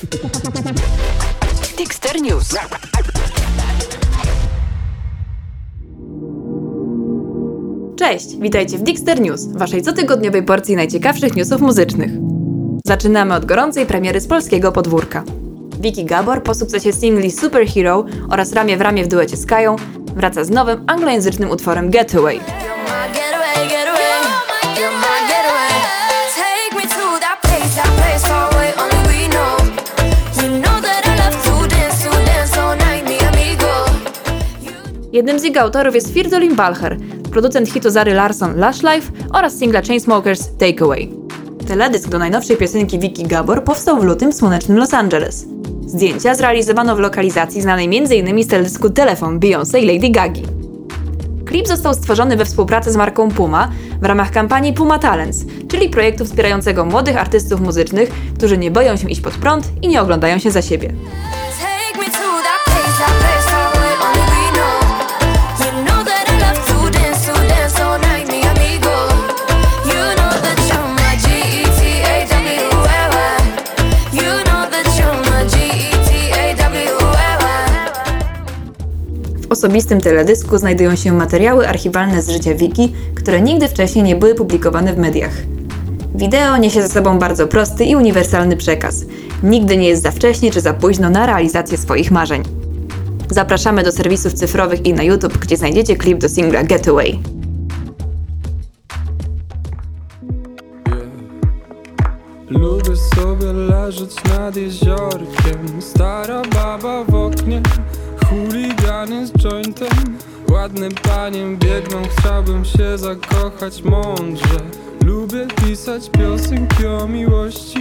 Dixter News. Cześć, witajcie w Dixter News, waszej cotygodniowej porcji najciekawszych newsów muzycznych. Zaczynamy od gorącej premiery z polskiego podwórka. Vicky Gabor po sukcesie singli Superhero oraz Ramię w ramię w duecie z Kają wraca z nowym anglojęzycznym utworem Getaway. Jednym z jego autorów jest Fridolin Balcher, producent hitu Zary Larsson Lush Life oraz singla Chainsmokers Takeaway. Teledysk do najnowszej piosenki Vicky Gabor powstał w lutym w słonecznym Los Angeles. Zdjęcia zrealizowano w lokalizacji znanej m.in. z teledysku Telefon Beyoncé i Lady Gagi. Klip został stworzony we współpracy z marką Puma w ramach kampanii Puma Talents, czyli projektu wspierającego młodych artystów muzycznych, którzy nie boją się iść pod prąd i nie oglądają się za siebie. W osobistym teledysku znajdują się materiały archiwalne z życia Vicky, które nigdy wcześniej nie były publikowane w mediach. Wideo niesie ze sobą bardzo prosty i uniwersalny przekaz. Nigdy nie jest za wcześnie czy za późno na realizację swoich marzeń. Zapraszamy do serwisów cyfrowych i na YouTube, gdzie znajdziecie klip do singla Getaway. Lubię sobie leżeć nad jeziorkiem, stara baba w oknie, chuligany z jointem, ładnym paniem biegną, chciałbym się zakochać mądrze. Lubię pisać piosenki o miłości.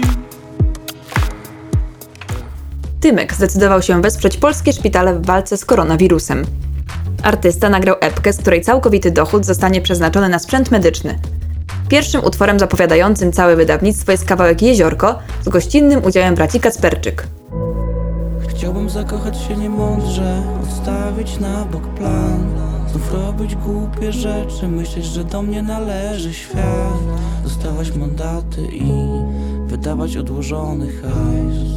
Tymek zdecydował się wesprzeć polskie szpitale w walce z koronawirusem. Artysta nagrał epkę, z której całkowity dochód zostanie przeznaczony na sprzęt medyczny. Pierwszym utworem zapowiadającym całe wydawnictwo jest kawałek Jeziorko z gościnnym udziałem braci Kacperczyk. Chciałbym zakochać się niemądrze, odstawić na bok plan, znów robić głupie rzeczy, myśleć, że do mnie należy świat, dostawać mandaty i wydawać odłożony hajs.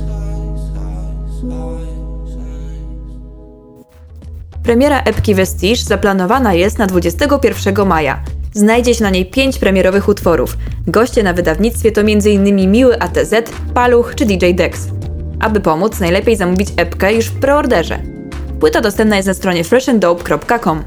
Premiera epki Vestige zaplanowana jest na 21 maja. Znajdzie się na niej 5 premierowych utworów. Goście na wydawnictwie to m.in. Miły ATZ, Paluch czy DJ Dex. Aby pomóc, najlepiej zamówić epkę już w preorderze. Płyta dostępna jest na stronie freshanddope.com.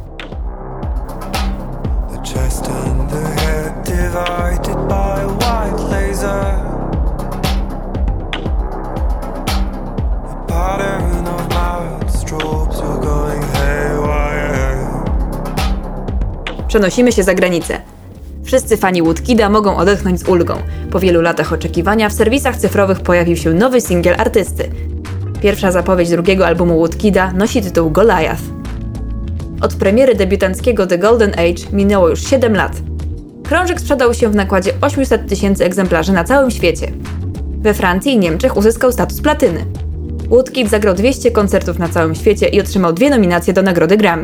Przenosimy się za granicę. Wszyscy fani Woodkida mogą odetchnąć z ulgą. Po wielu latach oczekiwania w serwisach cyfrowych pojawił się nowy singiel artysty. Pierwsza zapowiedź drugiego albumu Woodkida nosi tytuł Goliath. Od premiery debiutanckiego The Golden Age minęło już 7 lat. Krążek sprzedał się w nakładzie 800 000 egzemplarzy na całym świecie. We Francji i Niemczech uzyskał status platyny. Woodkid zagrał 200 koncertów na całym świecie i otrzymał 2 nominacje do nagrody Grammy.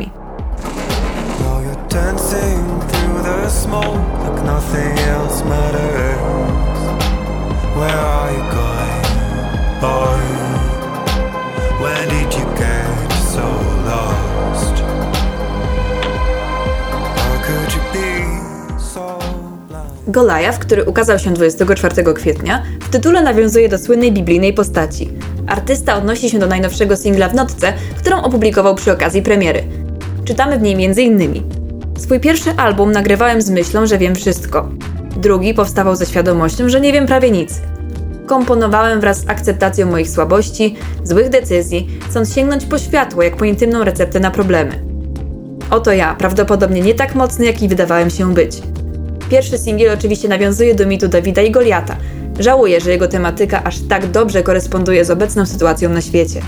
Goliath, który ukazał się 24 kwietnia, w tytule nawiązuje do słynnej biblijnej postaci. Artysta odnosi się do najnowszego singla W notce, którą opublikował przy okazji premiery. Czytamy w niej m.in. Swój pierwszy album nagrywałem z myślą, że wiem wszystko. Drugi powstawał ze świadomością, że nie wiem prawie nic. Komponowałem wraz z akceptacją moich słabości, złych decyzji, chcąc sięgnąć po światło jak po intymną receptę na problemy. Oto ja, prawdopodobnie nie tak mocny, jaki wydawałem się być. Pierwszy singiel oczywiście nawiązuje do mitu Dawida i Goliata. Żałuję, że jego tematyka aż tak dobrze koresponduje z obecną sytuacją na świecie.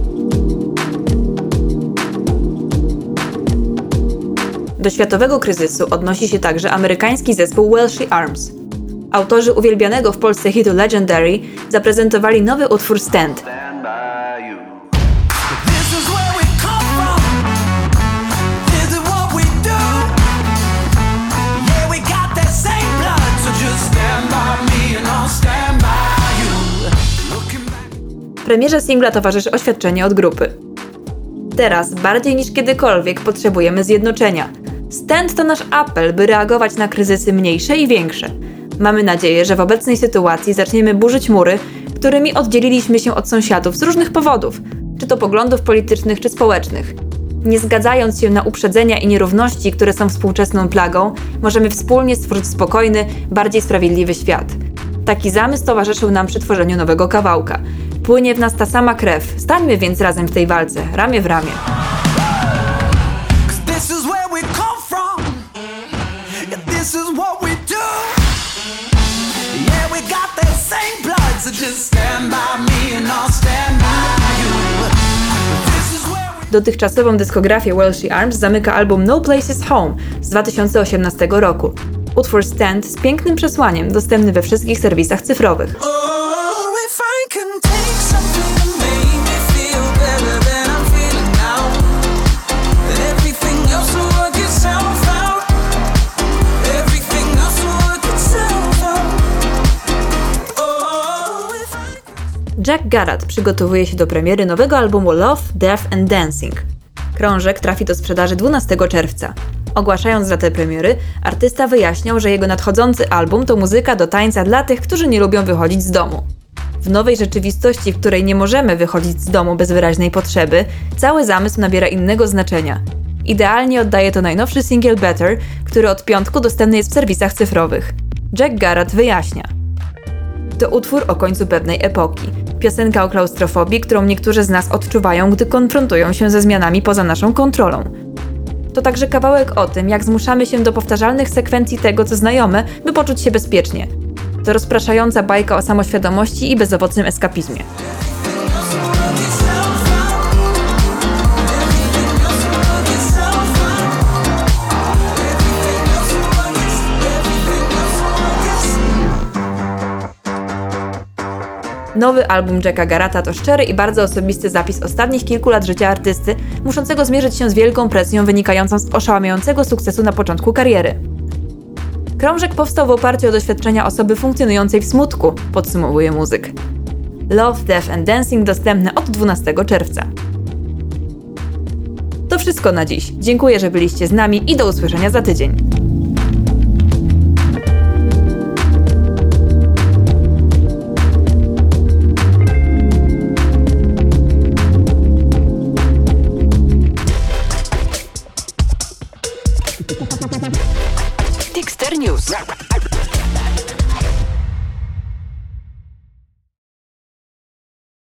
Do światowego kryzysu odnosi się także amerykański zespół Welsh Arms. Autorzy uwielbianego w Polsce hitu Legendary zaprezentowali nowy utwór Stand. Premierze singla towarzyszy oświadczenie od grupy. Teraz, bardziej niż kiedykolwiek, potrzebujemy zjednoczenia. Stand to nasz apel, by reagować na kryzysy mniejsze i większe. Mamy nadzieję, że w obecnej sytuacji zaczniemy burzyć mury, którymi oddzieliliśmy się od sąsiadów z różnych powodów, czy to poglądów politycznych czy społecznych. Nie zgadzając się na uprzedzenia i nierówności, które są współczesną plagą, możemy wspólnie stworzyć spokojny, bardziej sprawiedliwy świat. Taki zamysł towarzyszył nam przy tworzeniu nowego kawałka. Płynie w nas ta sama krew, stańmy więc razem w tej walce, ramię w ramię. Dotychczasową dyskografię Welsh Arms zamyka album No Place Is Home z 2018 roku. Utwór Stand z pięknym przesłaniem, dostępny we wszystkich serwisach cyfrowych. Jack Garratt przygotowuje się do premiery nowego albumu Love, Death and Dancing. Krążek trafi do sprzedaży 12 czerwca. Ogłaszając datę premiery, artysta wyjaśniał, że jego nadchodzący album to muzyka do tańca dla tych, którzy nie lubią wychodzić z domu. W nowej rzeczywistości, w której nie możemy wychodzić z domu bez wyraźnej potrzeby, cały zamysł nabiera innego znaczenia. Idealnie oddaje to najnowszy singiel Better, który od piątku dostępny jest w serwisach cyfrowych. Jack Garratt wyjaśnia. To utwór o końcu pewnej epoki. Piosenka o klaustrofobii, którą niektórzy z nas odczuwają, gdy konfrontują się ze zmianami poza naszą kontrolą. To także kawałek o tym, jak zmuszamy się do powtarzalnych sekwencji tego, co znajome, by poczuć się bezpiecznie. To rozpraszająca bajka o samoświadomości i bezowocnym eskapizmie. Nowy album Jacka Garratta to szczery i bardzo osobisty zapis ostatnich kilku lat życia artysty, muszącego zmierzyć się z wielką presją wynikającą z oszałamiającego sukcesu na początku kariery. Krążek powstał w oparciu o doświadczenia osoby funkcjonującej w smutku, podsumowuje muzyk. Love, Death and Dancing dostępne od 12 czerwca. To wszystko na dziś. Dziękuję, że byliście z nami i do usłyszenia za tydzień.